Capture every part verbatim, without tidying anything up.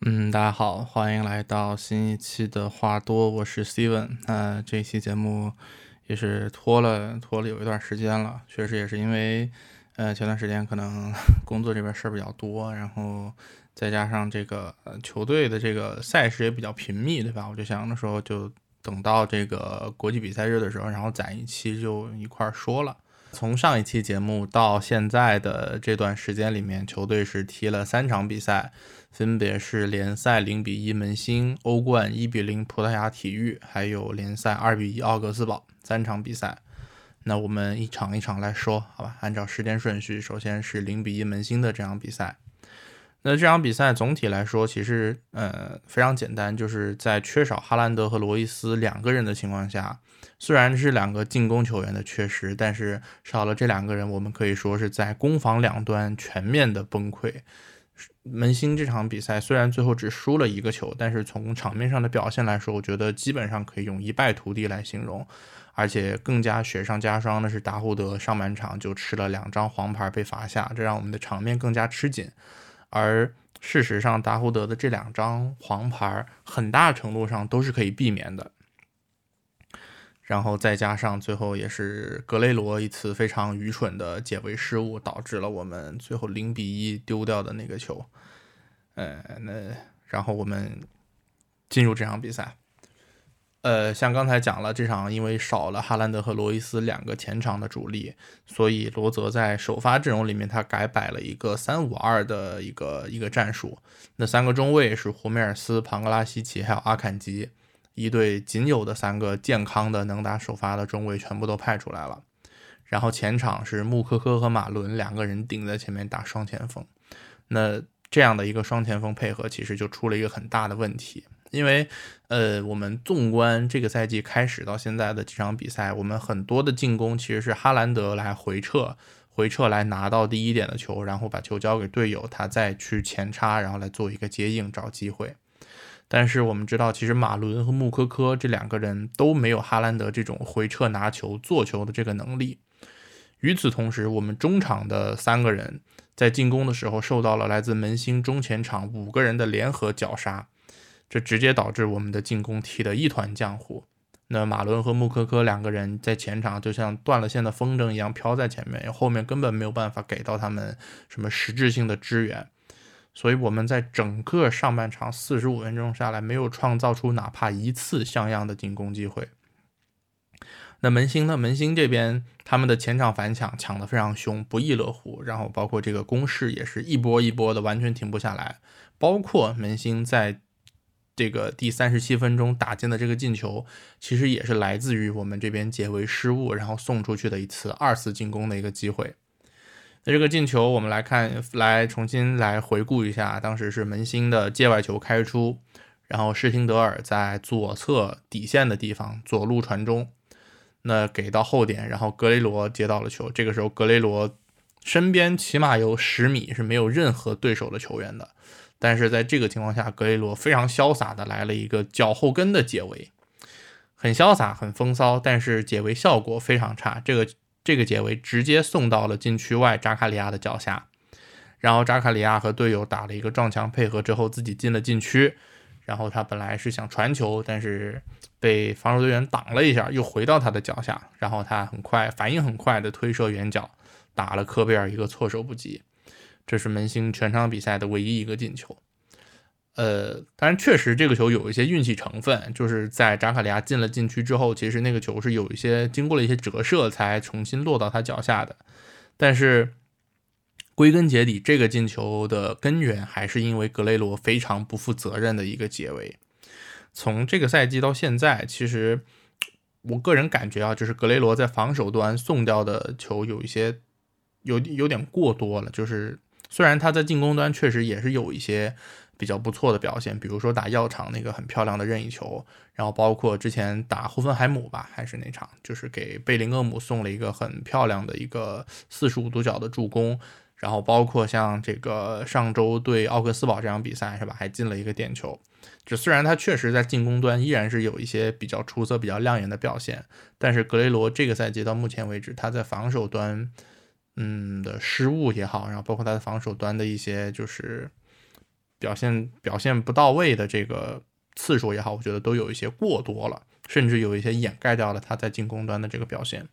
嗯，大家好，欢迎来到新一期的话多，我是 Steven。那这一期节目也是拖了拖了有一段时间了，确实也是因为，呃，前段时间可能工作这边事儿比较多，然后再加上这个、呃、球队的这个赛事也比较频密，对吧？我就想着说，就等到这个国际比赛日的时候，然后攒一期就一块儿说了。从上一期节目到现在的这段时间里面，球队是踢了三场比赛，分别是联赛零比一门兴，欧冠一比零葡萄牙体育，还有联赛二比一奥格斯堡，三场比赛。那我们一场一场来说，好吧？按照时间顺序，首先是零比一门兴的这场比赛。那这场比赛总体来说，其实呃非常简单，就是在缺少哈兰德和罗伊斯两个人的情况下，虽然是两个进攻球员的缺失，但是少了这两个人，我们可以说是在攻防两端全面的崩溃。门兴这场比赛虽然最后只输了一个球，但是从场面上的表现来说，我觉得基本上可以用一败涂地来形容。而且更加雪上加霜的是，达胡德上半场就吃了两张黄牌被罚下，这让我们的场面更加吃紧。而事实上，达胡德的这两张黄牌很大程度上都是可以避免的。然后再加上最后也是格雷罗一次非常愚蠢的解围失误，导致了我们最后零比一丢掉的那个球。呃，那然后我们进入这场比赛。呃，像刚才讲了，这场因为少了哈兰德和罗伊斯两个前场的主力，所以罗泽在首发阵容里面他改摆了一个三五二的一个一个战术。那三个中卫是胡梅尔斯、庞格拉西奇还有阿坎吉，一队仅有的三个健康的能打首发的中卫全部都派出来了。然后前场是穆科科和马伦两个人顶在前面打双前锋。那这样的一个双前锋配合，其实就出了一个很大的问题。因为呃，我们纵观这个赛季开始到现在的几场比赛，我们很多的进攻其实是哈兰德来回撤，回撤来拿到第一点的球，然后把球交给队友，他再去前插，然后来做一个接应找机会。但是我们知道，其实马伦和穆科科这两个人都没有哈兰德这种回撤拿球做球的这个能力。与此同时，我们中场的三个人在进攻的时候受到了来自门兴中前场五个人的联合绞杀，这直接导致我们的进攻踢得一团浆糊。那马伦和穆科科两个人在前场就像断了线的风筝一样飘在前面，后面根本没有办法给到他们什么实质性的支援。所以我们在整个上半场四十五分钟下来，没有创造出哪怕一次像样的进攻机会。那门兴呢？门兴这边他们的前场反抢抢得非常凶，不亦乐乎。然后包括这个攻势也是一波一波的，完全停不下来。包括门兴在这个第三十七分钟打进的这个进球，其实也是来自于我们这边解围失误，然后送出去的一次二次进攻的一个机会。那这个进球我们来看，来重新来回顾一下，当时是门兴的界外球开出，然后施廷德尔在左侧底线的地方左路传中，那给到后点，然后格雷罗接到了球。这个时候格雷罗身边起码有十米是没有任何对手的球员的，但是在这个情况下，格雷罗非常潇洒的来了一个脚后跟的解围，很潇洒很风骚，但是解围效果非常差。这个这个解围直接送到了禁区外扎卡里亚的脚下，然后扎卡里亚和队友打了一个撞墙配合之后自己进了禁区，然后他本来是想传球，但是被防守队员挡了一下，又回到他的脚下，然后他很快反应很快的推射远角，打了科贝尔一个措手不及。这是门兴全场比赛的唯一一个进球。呃，当然确实这个球有一些运气成分，就是在扎卡里亚进了禁区之后，其实那个球是有一些经过了一些折射才重新落到他脚下的。但是归根结底，这个进球的根源还是因为格雷罗非常不负责任的一个解围。从这个赛季到现在，其实我个人感觉啊，就是格雷罗在防守端送掉的球有一些有有点过多了，就是虽然他在进攻端确实也是有一些比较不错的表现，比如说打药厂那个很漂亮的任意球，然后包括之前打霍芬海姆吧，还是那场，就是给贝林厄姆送了一个很漂亮的一个四十五度角的助攻，然后包括像这个上周对奥克斯堡这场比赛是吧，还进了一个点球。这虽然他确实在进攻端依然是有一些比较出色、比较亮眼的表现，但是格雷罗这个赛季到目前为止，他在防守端嗯的失误也好，然后包括他的防守端的一些就是表现表现不到位的这个次数也好，我觉得都有一些过多了，甚至有一些掩盖掉了他在进攻端的这个表现。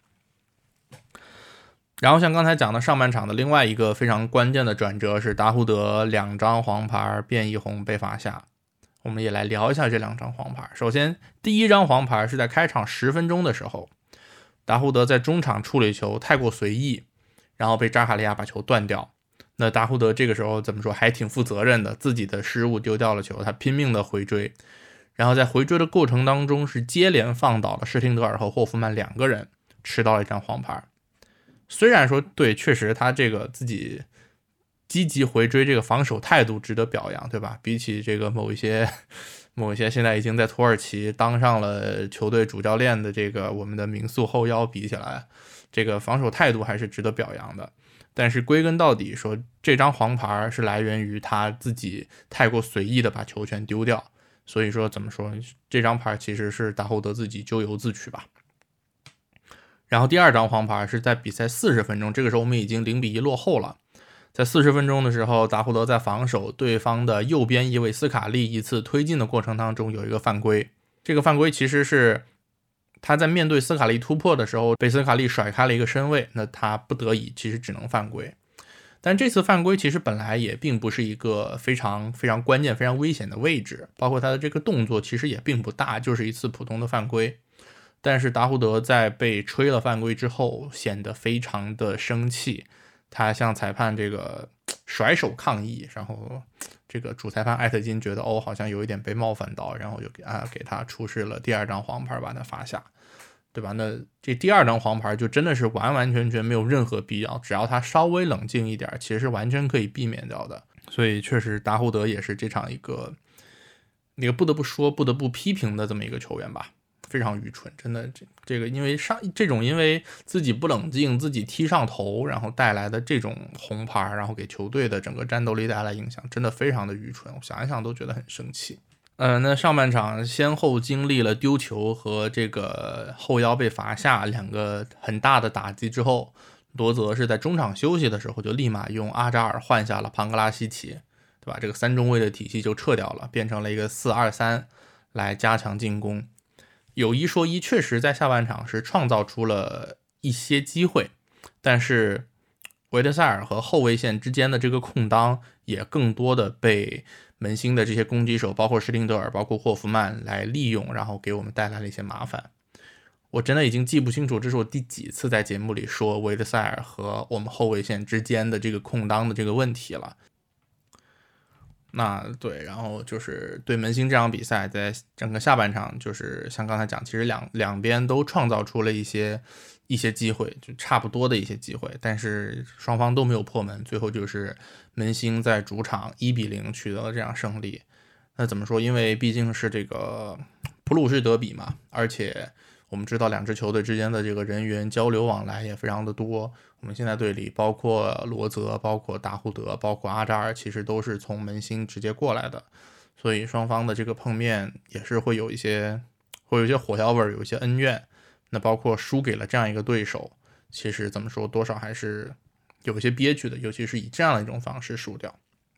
然后像刚才讲的上半场的另外一个非常关键的转折是达胡德两张黄牌变一红被罚下，我们也来聊一下这两张黄牌。首先第一张黄牌是在开场十分钟的时候，达胡德在中场处理球太过随意，然后被扎卡利亚把球断掉。那达胡德这个时候怎么说还挺负责任的，自己的失误丢掉了球，他拼命的回追，然后在回追的过程当中是接连放倒了施廷德尔和霍夫曼两个人，吃到了一张黄牌。虽然说对，确实他这个自己积极回追这个防守态度值得表扬，对吧？比起这个某一些某一些现在已经在土耳其当上了球队主教练的这个我们的名宿后腰比起来，这个防守态度还是值得表扬的。但是归根到底说，这张黄牌是来源于他自己太过随意的把球权丢掉，所以说怎么说，这张牌其实是达胡德自己咎由自取吧。然后第二张黄牌是在比赛四十分钟，这个时候我们已经零比一落后了。在四十分钟的时候，达胡德在防守对方的右边翼卫斯卡利一次推进的过程当中有一个犯规，这个犯规其实是他在面对斯卡利突破的时候被斯卡利甩开了一个身位，那他不得已其实只能犯规。但这次犯规其实本来也并不是一个非常非常关键非常危险的位置，包括他的这个动作其实也并不大，就是一次普通的犯规。但是达胡德在被吹了犯规之后显得非常的生气，他向裁判这个甩手抗议，然后这个主裁判艾特金觉得哦好像有一点被冒犯到，然后就给啊给他出示了第二张黄牌把他罚下，对吧？那这第二张黄牌就真的是完完全全没有任何必要，只要他稍微冷静一点，其实是完全可以避免掉的。所以确实达胡德也是这场一个一个不得不说不得不批评的这么一个球员吧。非常愚蠢，真的，这这个因为上这种因为自己不冷静，自己踢上头，然后带来的这种红牌，然后给球队的整个战斗力带来影响，真的非常的愚蠢。我想一想都觉得很生气。呃，那上半场先后经历了丢球和这个后腰被罚下两个很大的打击之后，罗泽是在中场休息的时候就立马用阿扎尔换下了庞格拉西奇，对吧？这个三中卫的体系就撤掉了，变成了一个四二三来加强进攻。有一说一，确实在下半场是创造出了一些机会，但是维德塞尔和后卫线之间的这个空当也更多的被门兴的这些攻击手，包括施廷德尔，包括霍夫曼来利用，然后给我们带来了一些麻烦。我真的已经记不清楚这是我第几次在节目里说维德塞尔和我们后卫线之间的这个空当的这个问题了。那对，然后就是对门兴这场比赛，在整个下半场，就是像刚才讲，其实两两边都创造出了一些一些机会，就差不多的一些机会，但是双方都没有破门，最后就是门兴在主场一比零取得了这样胜利。那怎么说？因为毕竟是这个普鲁士德比嘛，而且我们知道两支球队之间的这个人员交流往来也非常的多。我们现在队里包括罗泽，包括达胡德，包括阿扎尔，其实都是从门兴直接过来的，所以双方的这个碰面也是会有一些会有一些火药味，有一些恩怨。那包括输给了这样一个对手，其实怎么说，多少还是有一些憋屈的，尤其是以这样的一种方式输掉。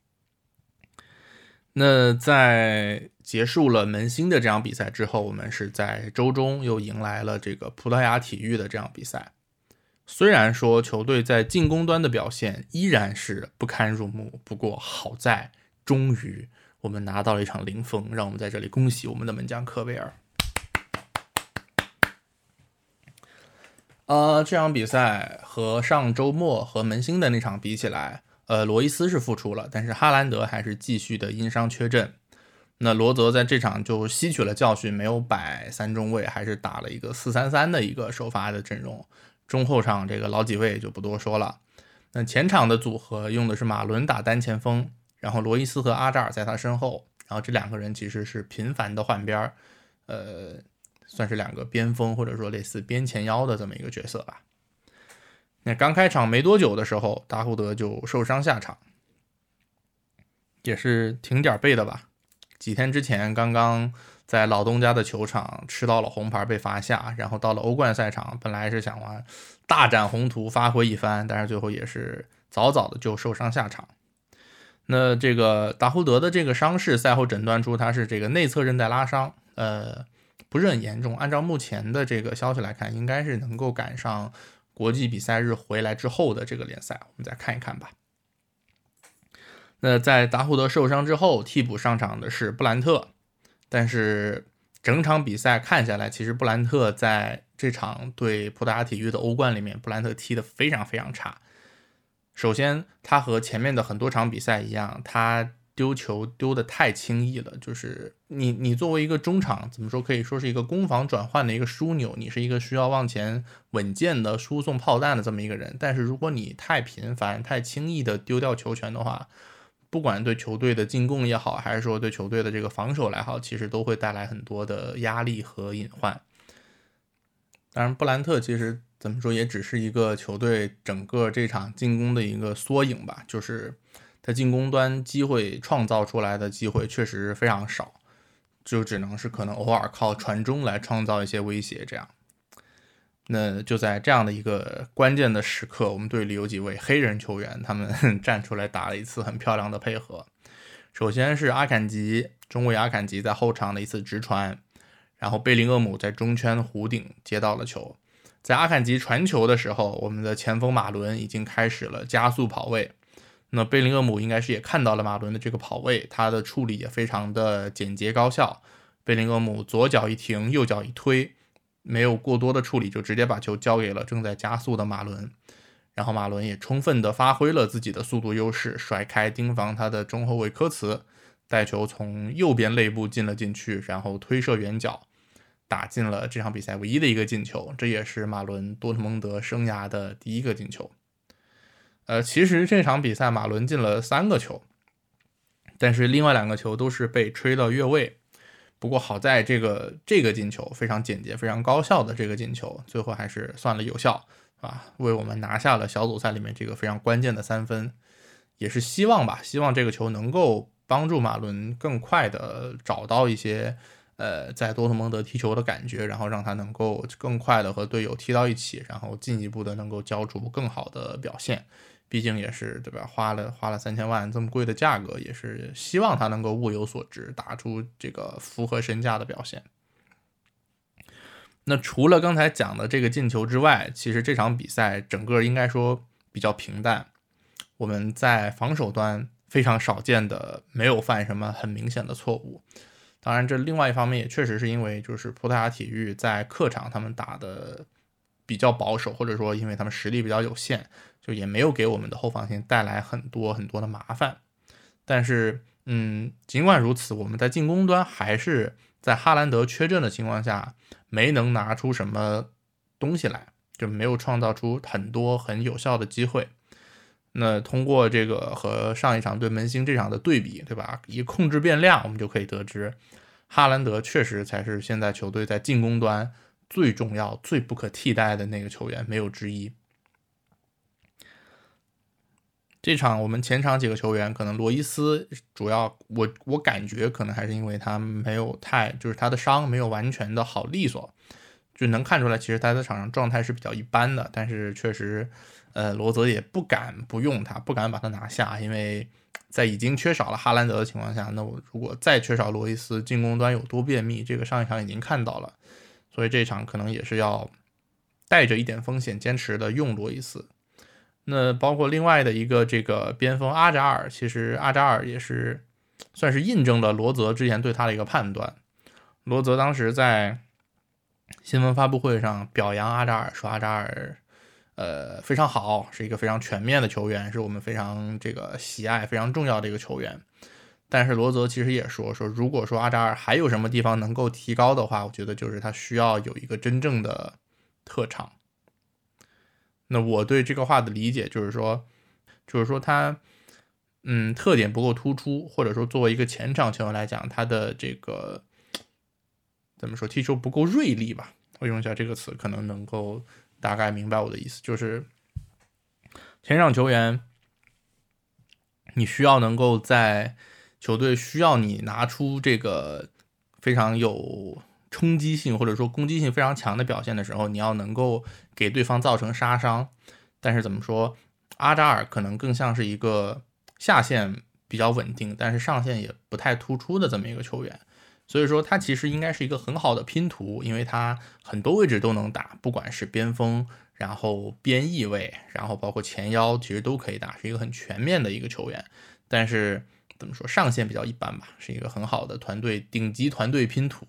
那在结束了门兴的这场比赛之后，我们是在周中又迎来了这个葡萄牙体育的这场比赛。虽然说球队在进攻端的表现依然是不堪入目，不过好在终于我们拿到了一场零封，让我们在这里恭喜我们的门将科维尔。呃，这场比赛和上周末和门兴的那场比起来，呃，罗伊斯是复出了，但是哈兰德还是继续的因伤缺阵。那罗泽在这场就吸取了教训，没有摆三中卫，还是打了一个四三三的一个首发的阵容。中后场这个老几位就不多说了。那前场的组合用的是马伦打单前锋，然后罗伊斯和阿扎尔在他身后，然后这两个人其实是频繁的换边，呃，算是两个边锋或者说类似边前腰的这么一个角色吧。那刚开场没多久的时候，达胡德就受伤下场，也是挺点背的吧。几天之前刚刚在老东家的球场吃到了红牌被罚下，然后到了欧冠赛场，本来是想玩大展宏图发挥一番，但是最后也是早早的就受伤下场。 那这个达胡德的这个伤势赛后诊断出他是这个内侧韧带拉伤，呃，不是很严重。按照目前的这个消息来看，应该是能够赶上国际比赛日回来之后的这个联赛，我们再看一看吧。那在达胡德受伤之后，替补上场的是布兰特，但是整场比赛看下来，其实布兰特在这场对葡萄牙体育的欧冠里面，布兰特踢得非常非常差。首先，他和前面的很多场比赛一样，他丢球丢得太轻易了。就是你，你作为一个中场，怎么说可以说是一个攻防转换的一个枢纽，你是一个需要往前稳健的输送炮弹的这么一个人。但是如果你太频繁、太轻易的丢掉球权的话，不管对球队的进攻也好，还是说对球队的这个防守来好，其实都会带来很多的压力和隐患。当然，布兰特其实怎么说也只是一个球队整个这场进攻的一个缩影吧，就是他进攻端机会创造出来的机会确实非常少，就只能是可能偶尔靠传中来创造一些威胁这样。那就在这样的一个关键的时刻，我们队里有几位黑人球员，他们站出来打了一次很漂亮的配合。首先是阿坎吉，中卫阿坎吉在后场的一次直传，然后贝林厄姆在中圈弧顶接到了球。在阿坎吉传球的时候，我们的前锋马伦已经开始了加速跑位。那贝林厄姆应该是也看到了马伦的这个跑位，他的处理也非常的简洁高效。贝林厄姆左脚一停，右脚一推，没有过多的处理，就直接把球交给了正在加速的马伦。然后马伦也充分的发挥了自己的速度优势，甩开盯防他的中后卫科茨，带球从右边肋部进了进去，然后推射远角，打进了这场比赛唯一的一个进球，这也是马伦多特蒙德生涯的第一个进球。呃，其实这场比赛马伦进了三个球，但是另外两个球都是被吹到越位。不过好在这个这个进球非常简洁、非常高效的这个进球，最后还是算了有效啊，为我们拿下了小组赛里面这个非常关键的三分，也是希望吧，希望这个球能够帮助马伦更快的找到一些呃在多特蒙德踢球的感觉，然后让他能够更快的和队友踢到一起，然后进一步的能够交出更好的表现。毕竟也是对吧，花了花了三千万这么贵的价格，也是希望他能够物有所值，打出这个符合身价的表现。那除了刚才讲的这个进球之外，其实这场比赛整个应该说比较平淡。我们在防守端非常少见的没有犯什么很明显的错误。当然，这另外一方面也确实是因为就是葡萄牙体育在客场他们打的比较保守，或者说因为他们实力比较有限，就也没有给我们的后防线带来很多很多的麻烦。但是，嗯，尽管如此，我们在进攻端还是在哈兰德缺阵的情况下，没能拿出什么东西来，就没有创造出很多很有效的机会。那通过这个和上一场对门兴这场的对比，对吧？以控制变量，我们就可以得知，哈兰德确实才是现在球队在进攻端最重要、最不可替代的那个球员，没有之一。这场我们前场几个球员，可能罗伊斯主要我我感觉可能还是因为他没有太就是他的伤没有完全的好利索，就能看出来其实他在场上状态是比较一般的。但是确实，呃，罗泽也不敢不用他，不敢把他拿下，因为在已经缺少了哈兰德的情况下，那我如果再缺少罗伊斯，进攻端有多便秘，这个上一场已经看到了，所以这场可能也是要带着一点风险坚持的用罗伊斯。那包括另外的一个这个边锋阿扎尔，其实阿扎尔也是算是印证了罗泽之前对他的一个判断。罗泽当时在新闻发布会上表扬阿扎尔，说阿扎尔呃非常好，是一个非常全面的球员，是我们非常这个喜爱、非常重要的一个球员。但是罗泽其实也说说，如果说阿扎尔还有什么地方能够提高的话，我觉得就是他需要有一个真正的特长。那我对这个话的理解就是说，就是说他，嗯，特点不够突出，或者说作为一个前场球员来讲，他的这个怎么说，踢球不够锐利吧？我用一下这个词，可能能够大概明白我的意思。就是前场球员，你需要能够在球队需要你拿出这个非常有冲击性或者说攻击性非常强的表现的时候，你要能够给对方造成杀伤。但是怎么说，阿扎尔可能更像是一个下线比较稳定，但是上限也不太突出的这么一个球员。所以说他其实应该是一个很好的拼图，因为他很多位置都能打，不管是边锋，然后边翼位，然后包括前腰，其实都可以打，是一个很全面的一个球员。但是怎么说，上限比较一般吧，是一个很好的团队顶级团队拼图。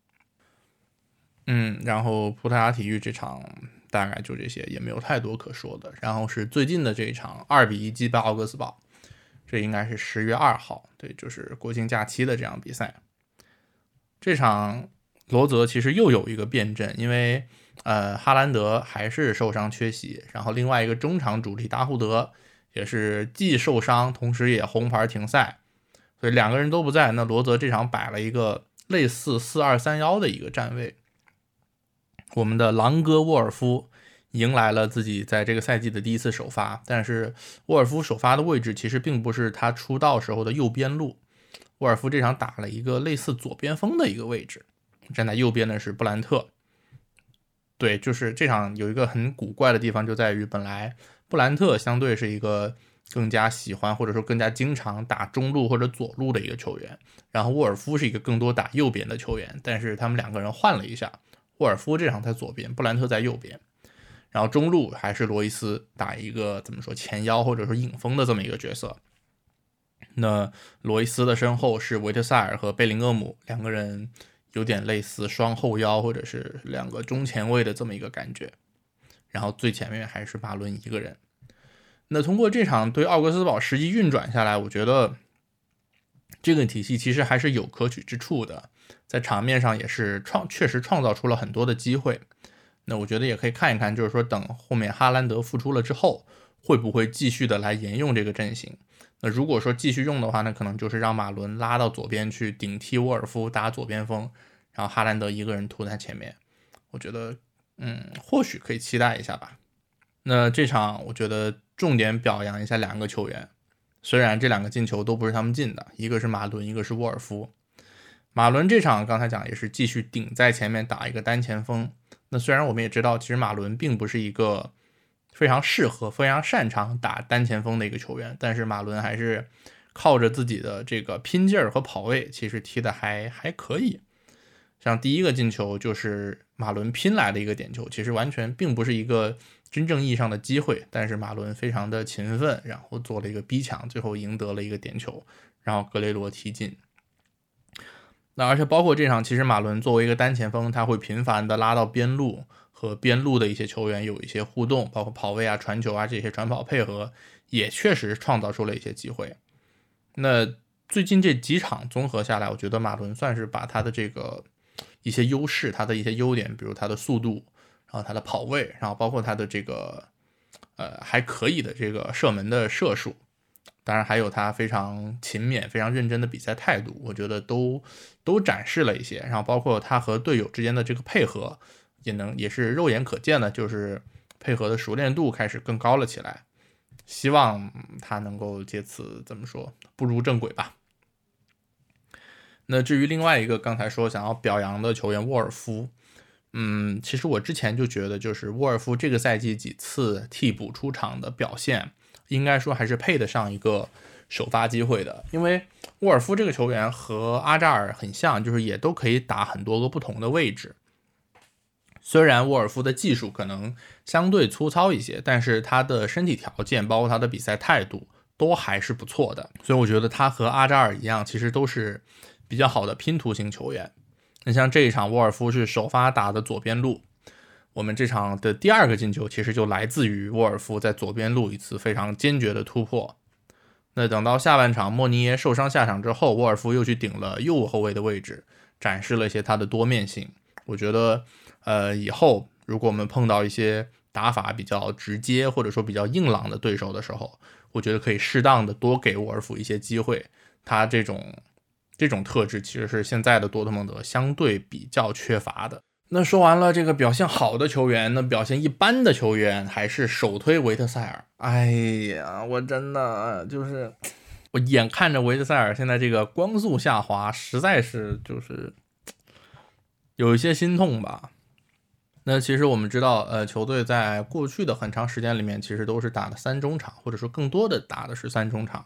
嗯，然后葡萄牙体育这场大概就这些，也没有太多可说的。然后是最近的这一场二比一击败奥格斯堡，这应该是十月二号，对，就是国庆假期的这场比赛。这场罗泽其实又有一个变阵，因为呃哈兰德还是受伤缺席，然后另外一个中场主力达胡德也是既受伤，同时也红牌停赛，所以两个人都不在。那罗泽这场摆了一个类似四二三一的一个站位。我们的狼哥沃尔夫迎来了自己在这个赛季的第一次首发，但是沃尔夫首发的位置其实并不是他出道时候的右边路，沃尔夫这场打了一个类似左边锋的一个位置，站在右边的是布兰特。对，就是这场有一个很古怪的地方，就在于本来布兰特相对是一个更加喜欢或者说更加经常打中路或者左路的一个球员，然后沃尔夫是一个更多打右边的球员，但是他们两个人换了一下，沃尔夫这场在左边，布兰特在右边，然后中路还是罗伊斯打一个怎么说前腰或者说影锋的这么一个角色。那罗伊斯的身后是维特塞尔和贝林厄姆，两个人有点类似双后腰或者是两个中前卫的这么一个感觉，然后最前面还是马伦一个人。那通过这场对奥格斯堡实际运转下来，我觉得这个体系其实还是有可取之处的，在场面上也是创确实创造出了很多的机会。那我觉得也可以看一看，就是说等后面哈兰德复出了之后，会不会继续的来沿用这个阵型。那如果说继续用的话，那可能就是让马伦拉到左边去顶替沃尔夫打左边锋，然后哈兰德一个人突在前面。我觉得嗯，或许可以期待一下吧。那这场我觉得重点表扬一下两个球员，虽然这两个进球都不是他们进的，一个是马伦，一个是沃尔夫。马伦这场刚才讲也是继续顶在前面打一个单前锋。那虽然我们也知道，其实马伦并不是一个非常适合、非常擅长打单前锋的一个球员，但是马伦还是靠着自己的这个拼劲儿和跑位，其实踢的还还可以。像第一个进球就是马伦拼来的一个点球，其实完全并不是一个真正意义上的机会，但是马伦非常的勤奋，然后做了一个逼抢，最后赢得了一个点球，然后格雷罗踢进。那而且包括这场，其实马伦作为一个单前锋，他会频繁的拉到边路，和边路的一些球员有一些互动，包括跑位啊、传球啊这些传跑配合，也确实创造出了一些机会。那最近这几场综合下来，我觉得马伦算是把他的这个一些优势，他的一些优点，比如他的速度，然后他的跑位，然后包括他的这个呃还可以的这个射门的射术，当然还有他非常勤勉、非常认真的比赛态度，我觉得都都展示了一些。然后包括他和队友之间的这个配合，也能也是肉眼可见的，就是配合的熟练度开始更高了起来。希望他能够借此怎么说步入正轨吧。那至于另外一个刚才说想要表扬的球员沃尔夫，嗯，其实我之前就觉得，就是沃尔夫这个赛季几次替补出场的表现，应该说还是配得上一个首发机会的。因为沃尔夫这个球员和阿扎尔很像，就是也都可以打很多个不同的位置。虽然沃尔夫的技术可能相对粗糙一些，但是他的身体条件，包括他的比赛态度，都还是不错的。所以我觉得他和阿扎尔一样，其实都是比较好的拼图型球员。那像这一场，沃尔夫是首发打的左边路，我们这场的第二个进球其实就来自于沃尔夫在左边路一次非常坚决的突破。那等到下半场莫尼耶受伤下场之后，沃尔夫又去顶了右后卫的位置，展示了一些他的多面性。我觉得呃，以后如果我们碰到一些打法比较直接或者说比较硬朗的对手的时候，我觉得可以适当的多给沃尔夫一些机会。他这种这种特质其实是现在的多特蒙德相对比较缺乏的。那说完了这个表现好的球员，那表现一般的球员还是首推维特塞尔。哎呀，我真的就是我眼看着维特塞尔现在这个光速下滑，实在是就是有一些心痛吧。那其实我们知道，呃，球队在过去的很长时间里面，其实都是打的三中场，或者说更多的打的是三中场。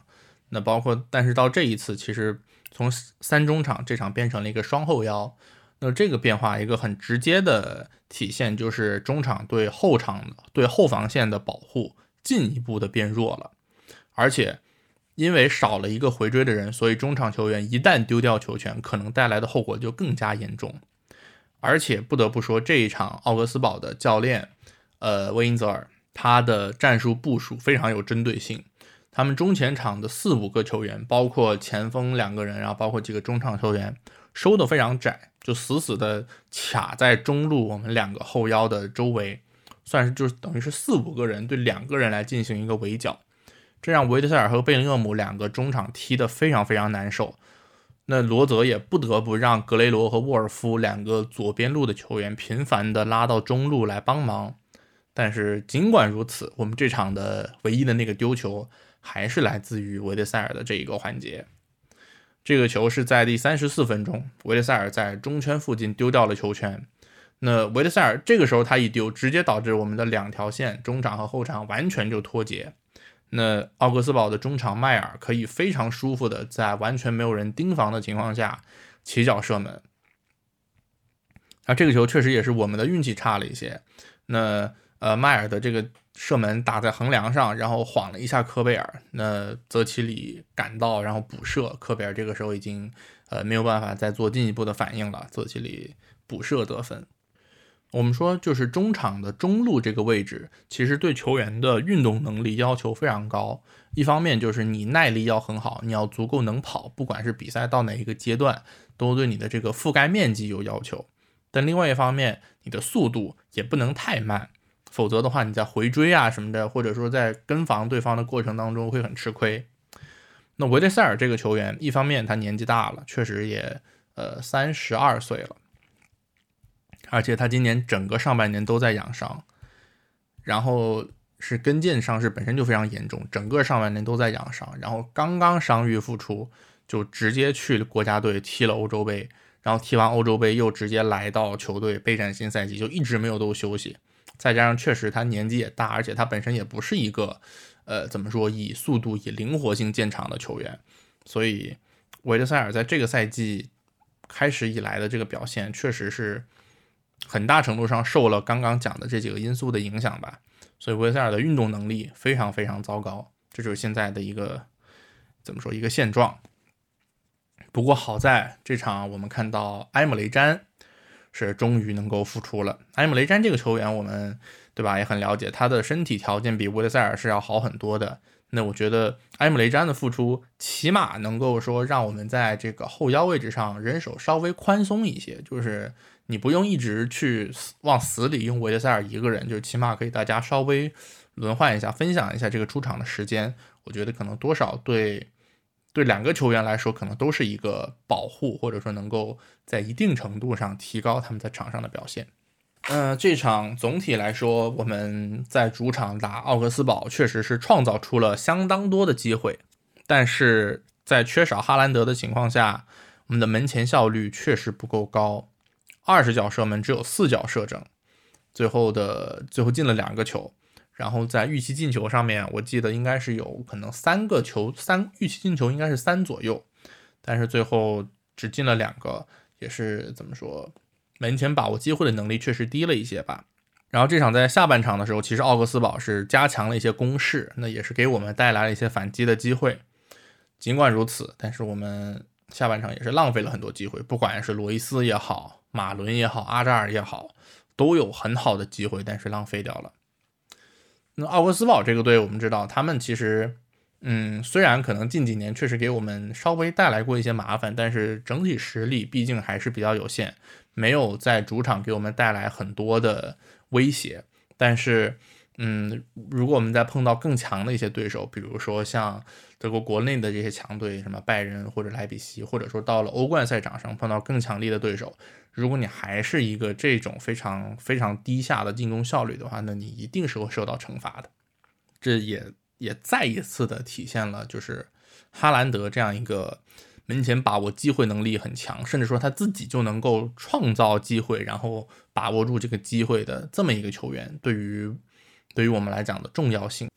那包括但是到这一次，其实从三中场这场变成了一个双后腰，那这个变化一个很直接的体现就是中场对后场对后防线的保护进一步的变弱了，而且因为少了一个回追的人，所以中场球员一旦丢掉球权，可能带来的后果就更加严重。而且不得不说，这一场奥格斯堡的教练呃威因泽尔，他的战术部署非常有针对性。他们中前场的四五个球员，包括前锋两个人，然后包括几个中场球员，收得非常窄，就死死的卡在中路我们两个后腰的周围，算是就是等于是四五个人对两个人来进行一个围剿，这让维德塞尔和贝林厄姆两个中场踢得非常非常难受。那罗泽也不得不让格雷罗和沃尔夫两个左边路的球员频繁的拉到中路来帮忙。但是尽管如此，我们这场的唯一的那个丢球还是来自于维德塞尔的这一个环节。这个球是在第三十四分钟，维德塞尔在中圈附近丢掉了球权。那维德塞尔这个时候他一丢，直接导致我们的两条线中场和后场完全就脱节。那奥格斯堡的中场迈尔可以非常舒服的在完全没有人盯防的情况下起脚射门。那这个球确实也是我们的运气差了一些。那呃迈尔的这个射门打在横梁上，然后晃了一下科贝尔，那泽奇里赶到然后补射，科贝尔这个时候已经呃没有办法再做进一步的反应了，泽奇里补射得分。我们说就是中场的中路这个位置，其实对球员的运动能力要求非常高。一方面就是你耐力要很好，你要足够能跑，不管是比赛到哪一个阶段，都对你的这个覆盖面积有要求。但另外一方面，你的速度也不能太慢，否则的话你在回追啊什么的，或者说在跟防对方的过程当中会很吃亏。那维德塞尔这个球员，一方面他年纪大了，确实也呃三十二岁了。而且他今年整个上半年都在养伤，然后是跟腱伤势本身就非常严重，整个上半年都在养伤，然后刚刚伤愈复出，就直接去国家队踢了欧洲杯，然后踢完欧洲杯又直接来到球队备战新赛季，就一直没有都休息。再加上确实他年纪也大，而且他本身也不是一个呃怎么说以速度以灵活性见长的球员，所以维德塞尔在这个赛季开始以来的这个表现确实是很大程度上受了刚刚讲的这几个因素的影响吧，所以维德塞尔的运动能力非常非常糟糕，这就是现在的一个怎么说一个现状。不过好在这场我们看到埃姆雷詹是终于能够复出了。埃姆雷詹这个球员我们对吧也很了解，他的身体条件比维德塞尔是要好很多的。那我觉得埃姆雷詹的复出起码能够说让我们在这个后腰位置上人手稍微宽松一些，就是你不用一直去往死里用维德塞尔一个人，就起码可以大家稍微轮换一下，分享一下这个出场的时间。我觉得可能多少对对两个球员来说可能都是一个保护，或者说能够在一定程度上提高他们在场上的表现。呃，这场总体来说，我们在主场打奥格斯堡确实是创造出了相当多的机会，但是在缺少哈兰德的情况下，我们的门前效率确实不够高，二十脚射门只有四脚射正，最后的最后进了两个球，然后在预期进球上面，我记得应该是有可能三个球，三预期进球应该是三左右，但是最后只进了两个，也是怎么说？门前把握机会的能力确实低了一些吧。然后这场在下半场的时候，其实奥格斯堡是加强了一些攻势，那也是给我们带来了一些反击的机会。尽管如此，但是我们下半场也是浪费了很多机会，不管是罗伊斯也好，马伦也好，阿扎尔也好，都有很好的机会，但是浪费掉了。那奥格斯堡这个队，我们知道他们其实嗯，虽然可能近几年确实给我们稍微带来过一些麻烦，但是整体实力毕竟还是比较有限，没有在主场给我们带来很多的威胁。但是嗯，如果我们再碰到更强的一些对手，比如说像德国国内的这些强队，什么拜仁或者莱比锡，或者说到了欧冠赛场上碰到更强力的对手，如果你还是一个这种非常非常低下的进攻效率的话，那你一定是会受到惩罚的。这也也再一次的体现了就是哈兰德这样一个门前把握机会能力很强，甚至说他自己就能够创造机会，然后把握住这个机会的这么一个球员，对于对于我们来讲的重要性。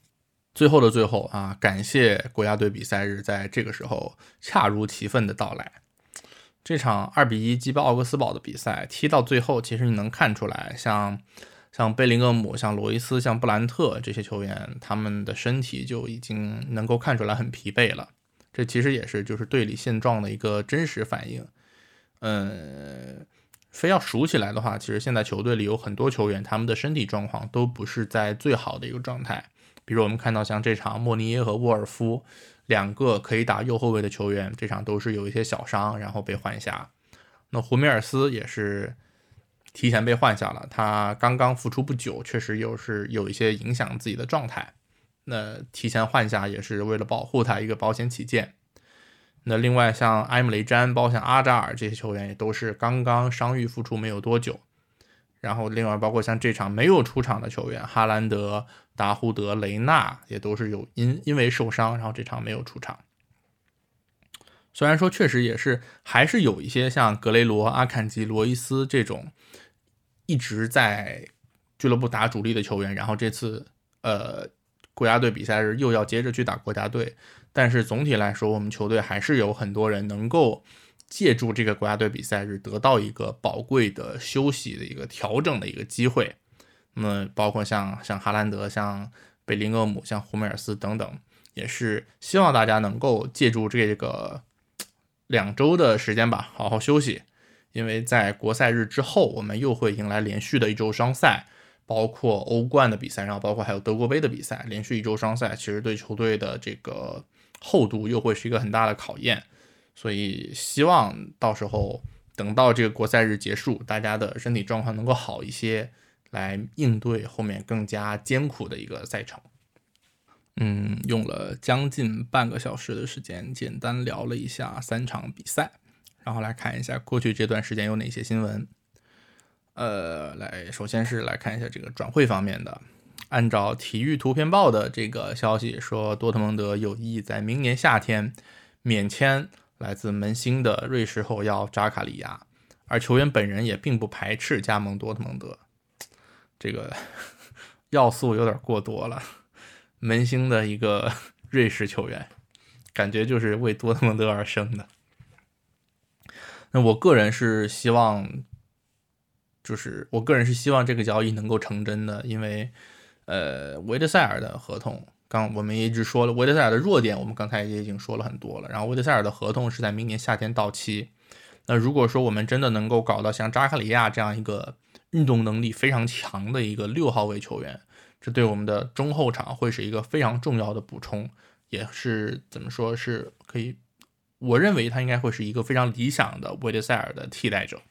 最后的最后啊，感谢国家队比赛日在这个时候恰如其分的到来。这场二比一击败奥格斯堡的比赛踢到最后，其实你能看出来，像像贝林厄姆、像罗伊斯、像布兰特这些球员，他们的身体就已经能够看出来很疲惫了。这其实也是就是队里现状的一个真实反应。嗯，非要数起来的话，其实现在球队里有很多球员，他们的身体状况都不是在最好的一个状态。比如我们看到像这场莫尼耶和沃尔夫两个可以打右后卫的球员，这场都是有一些小伤，然后被换下。那胡梅尔斯也是提前被换下了，他刚刚复出不久，确实又是有一些影响自己的状态。那提前换下也是为了保护他一个保险起见。那另外像埃姆雷詹、包括像阿扎尔这些球员也都是刚刚伤愈复出没有多久。然后另外包括像这场没有出场的球员，哈兰德、达胡德、雷纳也都是有因因为受伤，然后这场没有出场。虽然说确实也是还是有一些像格雷罗、阿坎吉、罗伊斯这种一直在俱乐部打主力的球员，然后这次呃国家队比赛日又要接着去打国家队，但是总体来说我们球队还是有很多人能够借助这个国家队比赛日得到一个宝贵的休息的一个调整的一个机会。那么包括像像哈兰德、像贝林厄姆、像胡梅尔斯等等，也是希望大家能够借助这个两周的时间吧，好好休息。因为在国赛日之后，我们又会迎来连续的一周双赛，包括欧冠的比赛，然后包括还有德国杯的比赛，连续一周双赛，其实对球队的这个厚度又会是一个很大的考验。所以希望到时候等到这个国赛日结束，大家的身体状况能够好一些，来应对后面更加艰苦的一个赛程。嗯，用了将近半个小时的时间，简单聊了一下三场比赛，然后来看一下过去这段时间有哪些新闻。呃，来，首先是来看一下这个转会方面的。按照体育图片报的这个消息说，多特蒙德有意在明年夏天免签来自门兴的瑞士后腰扎卡利亚，而球员本人也并不排斥加盟多特蒙德。这个要素有点过多了，门兴的一个瑞士球员，感觉就是为多特蒙德而生的。那我个人是希望，就是我个人是希望这个交易能够成真的，因为呃，维德塞尔的合同。刚我们一直说了维德塞尔的弱点，我们刚才也已经说了很多了。然后维德塞尔的合同是在明年夏天到期。那如果说我们真的能够搞到像扎卡里亚这样一个运动能力非常强的一个六号位球员，这对我们的中后场会是一个非常重要的补充，也是怎么说是可以，我认为他应该会是一个非常理想的维德塞尔的替代者。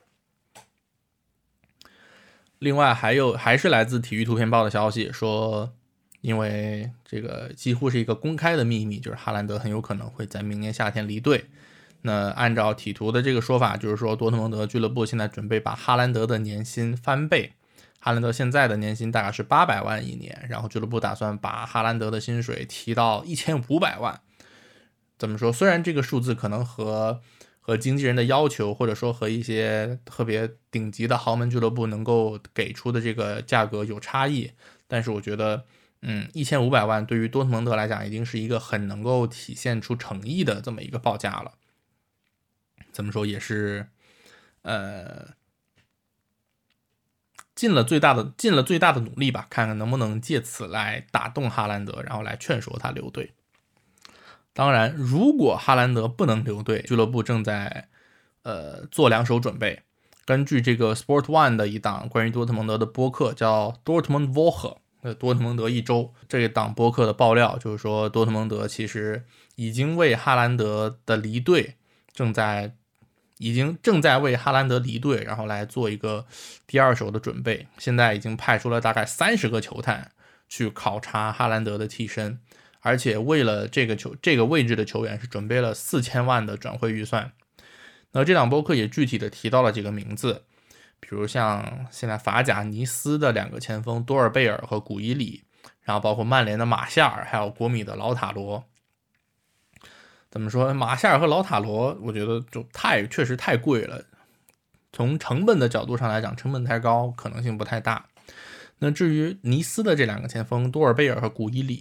另外还有还是来自体育图片报的消息说，因为这个几乎是一个公开的秘密，就是哈兰德很有可能会在明年夏天离队。那按照体图的这个说法，就是说多特蒙德俱乐部现在准备把哈兰德的年薪翻倍。哈兰德现在的年薪大概是八百万一年，然后俱乐部打算把哈兰德的薪水提到一千五百万。怎么说？虽然这个数字可能和和经纪人的要求，或者说和一些特别顶级的豪门俱乐部能够给出的这个价格有差异，但是我觉得，嗯，一千五百万对于多特蒙德来讲，已经是一个很能够体现出诚意的这么一个报价了。怎么说也是，呃，尽了最大的尽了最大的努力吧，看看能不能借此来打动哈兰德，然后来劝说他留队。当然，如果哈兰德不能留队，俱乐部正在呃做两手准备。根据这个 Sport One 的一档关于多特蒙德的播客叫 Dortmund Woche， 多特蒙德一周，这一档播客的爆料就是说，多特蒙德其实已经为哈兰德的离队正在已经正在为哈兰德离队然后来做一个第二手的准备。现在已经派出了大概三十个球探去考察哈兰德的替身，而且为了这个球这个位置的球员是准备了四千万的转会预算。那这档播客也具体的提到了几个名字，比如像现在法甲尼斯的两个前锋多尔贝尔和古伊里，然后包括曼联的马夏尔，还有国米的劳塔罗。怎么说？马夏尔和劳塔罗，我觉得就太确实太贵了。从成本的角度上来讲，成本太高，可能性不太大。那至于尼斯的这两个前锋多尔贝尔和古伊里，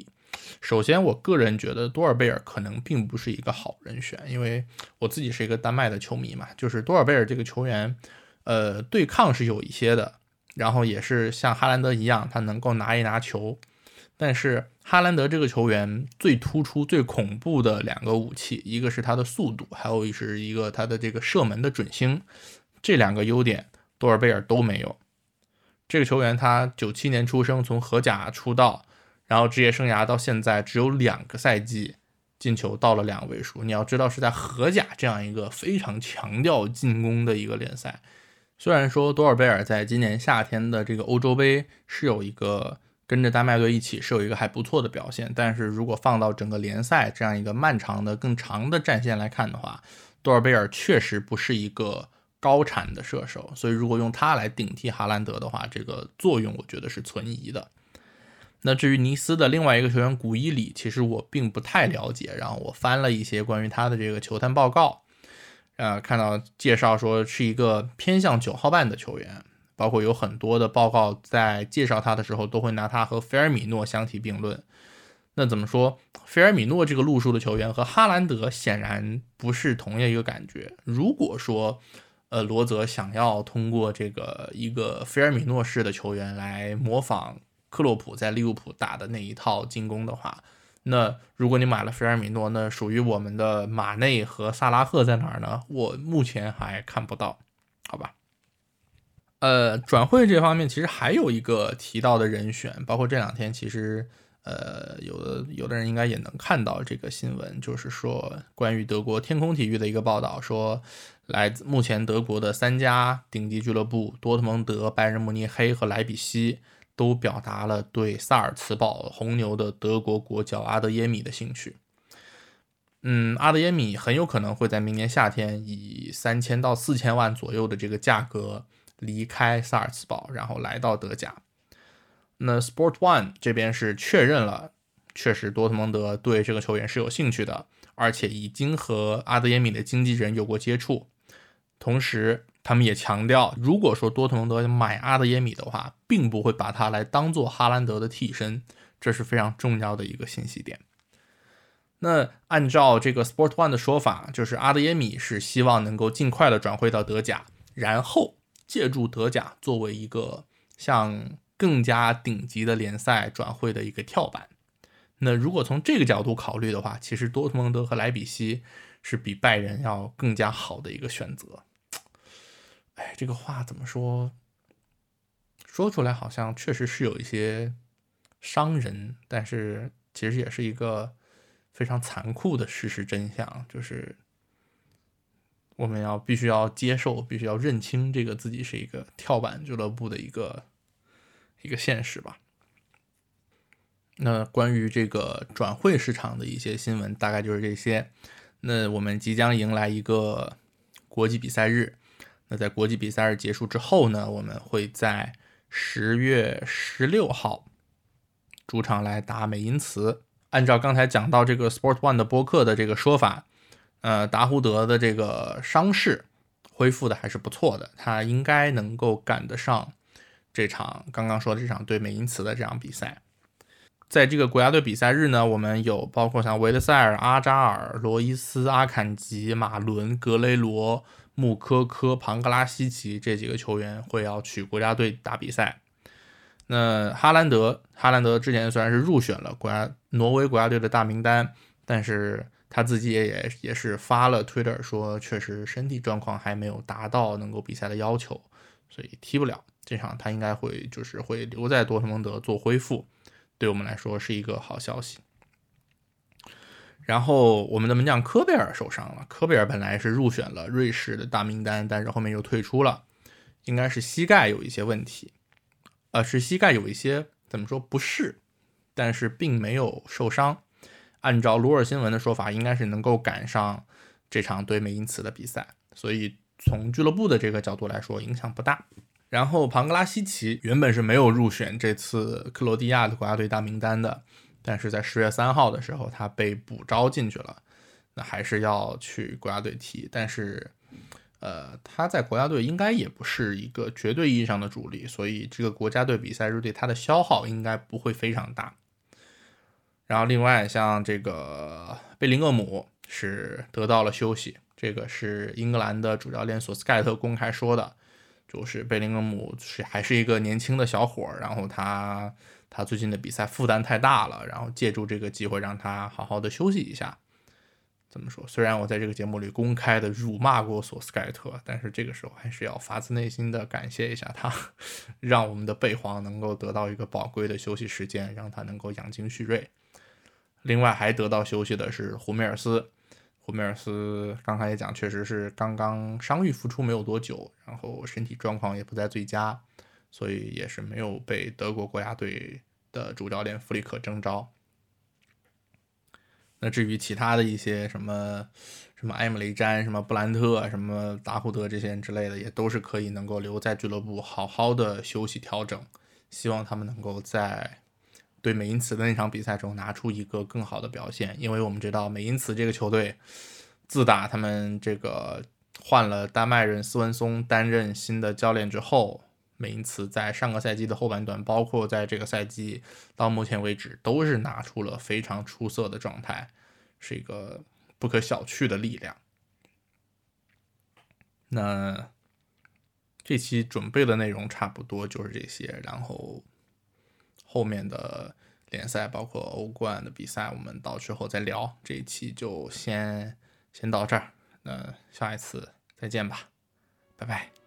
首先我个人觉得多尔贝尔可能并不是一个好人选，因为我自己是一个丹麦的球迷嘛，就是多尔贝尔这个球员呃，对抗是有一些的，然后也是像哈兰德一样，他能够拿一拿球，但是哈兰德这个球员最突出最恐怖的两个武器，一个是他的速度，还有是一个他的这个射门的准星，这两个优点多尔贝尔都没有。这个球员他九七年出生，从荷甲出道，然后职业生涯到现在只有两个赛季进球到了两位数。你要知道是在荷甲这样一个非常强调进攻的一个联赛，虽然说多尔贝尔在今年夏天的这个欧洲杯是有一个跟着丹麦队一起是有一个还不错的表现，但是如果放到整个联赛这样一个漫长的更长的战线来看的话，多尔贝尔确实不是一个高产的射手，所以如果用他来顶替哈兰德的话，这个作用我觉得是存疑的。那至于尼斯的另外一个球员古伊里，其实我并不太了解，然后我翻了一些关于他的这个球探报告，呃，看到介绍说是一个偏向九号半的球员，包括有很多的报告在介绍他的时候都会拿他和菲尔米诺相提并论。那怎么说，菲尔米诺这个路数的球员和哈兰德显然不是同一个感觉。如果说呃，罗泽想要通过这个一个菲尔米诺式的球员来模仿克洛普在利物浦打的那一套进攻的话，那如果你买了菲尔米诺，那属于我们的马内和萨拉赫在哪儿呢？我目前还看不到，好吧。呃，转会这方面其实还有一个提到的人选，包括这两天其实呃，有的有的人应该也能看到这个新闻，就是说关于德国天空体育的一个报道，说来自目前德国的三家顶级俱乐部多特蒙德、拜仁慕尼黑和莱比锡都表达了对萨尔茨堡红牛的德国国脚阿德耶米的兴趣。嗯，阿德耶米很有可能会在明年夏天以三千到四千万左右的这个价格离开萨尔茨堡，然后来到德甲。那 Sport One 这边是确认了，确实多特蒙德对这个球员是有兴趣的，而且已经和阿德耶米的经纪人有过接触。同时他们也强调，如果说多特蒙德买阿德耶米的话，并不会把他来当做哈兰德的替身，这是非常重要的一个信息点。那按照这个 Sport One 的说法，就是阿德耶米是希望能够尽快的转会到德甲，然后借助德甲作为一个向更加顶级的联赛转会的一个跳板。那如果从这个角度考虑的话，其实多特蒙德和莱比锡是比拜仁要更加好的一个选择。哎，这个话怎么说？说出来好像确实是有一些伤人，但是其实也是一个非常残酷的事实真相，就是我们要必须要接受，必须要认清这个自己是一个跳板俱乐部的一个一个现实吧。那关于这个转会市场的一些新闻大概就是这些。那我们即将迎来一个国际比赛日，那在国际比赛日结束之后呢，我们会在十月十六号主场来打美因茨。按照刚才讲到这个 Sport One 的播客的这个说法，呃，达胡德的这个伤势恢复的还是不错的，他应该能够赶得上这场刚刚说的这场对美因茨的这场比赛。在这个国家队比赛日呢，我们有包括像维德塞尔、阿扎尔、罗伊斯、阿坎吉、马伦、格雷罗、穆科科、庞格拉西奇这几个球员会要去国家队打比赛。那哈兰德，哈兰德之前虽然是入选了国家挪威国家队的大名单，但是他自己也也是发了 Twitter 说，确实身体状况还没有达到能够比赛的要求，所以踢不了这场，他应该会就是会留在多特蒙德做恢复。对我们来说是一个好消息。然后我们的门将科贝尔受伤了，科贝尔本来是入选了瑞士的大名单，但是后面又退出了，应该是膝盖有一些问题，呃，是膝盖有一些怎么说不适，但是并没有受伤。按照鲁尔新闻的说法，应该是能够赶上这场对美因茨的比赛，所以从俱乐部的这个角度来说影响不大。然后庞格拉西奇原本是没有入选这次克罗地亚的国家队大名单的，但是在十月三号的时候他被补招进去了，那还是要去国家队踢，但是呃，他在国家队应该也不是一个绝对意义上的主力，所以这个国家队比赛日对他的消耗应该不会非常大。 然后另外像这个贝林厄姆是得到了休息，这个是英格兰的主教练索斯盖特公开说的，就是贝林厄姆是还是一个年轻的小伙，然后他他最近的比赛负担太大了，然后借助这个机会让他好好的休息一下。怎么说？虽然我在这个节目里公开的辱骂过索斯盖特，但是这个时候还是要发自内心的感谢一下他，让我们的贝皇能够得到一个宝贵的休息时间，让他能够养精蓄锐。另外还得到休息的是胡梅尔斯，胡梅尔斯刚才也讲，确实是刚刚伤愈复出没有多久，然后身体状况也不在最佳，所以也是没有被德国国家队的主教练弗里克征召。那至于其他的一些什么什么埃姆雷詹、什么布兰特、什么达胡德这些人之类的，也都是可以能够留在俱乐部好好的休息调整，希望他们能够在对美因茨的那场比赛中拿出一个更好的表现。因为我们知道美因茨这个球队自打他们这个换了丹麦人斯文松担任新的教练之后，美因茨在上个赛季的后半段，包括在这个赛季到目前为止，都是拿出了非常出色的状态，是一个不可小觑的力量。那这期准备的内容差不多就是这些，然后后面的联赛包括欧冠的比赛，我们到时候再聊。这一期就先先到这儿，那下一次再见吧，拜拜。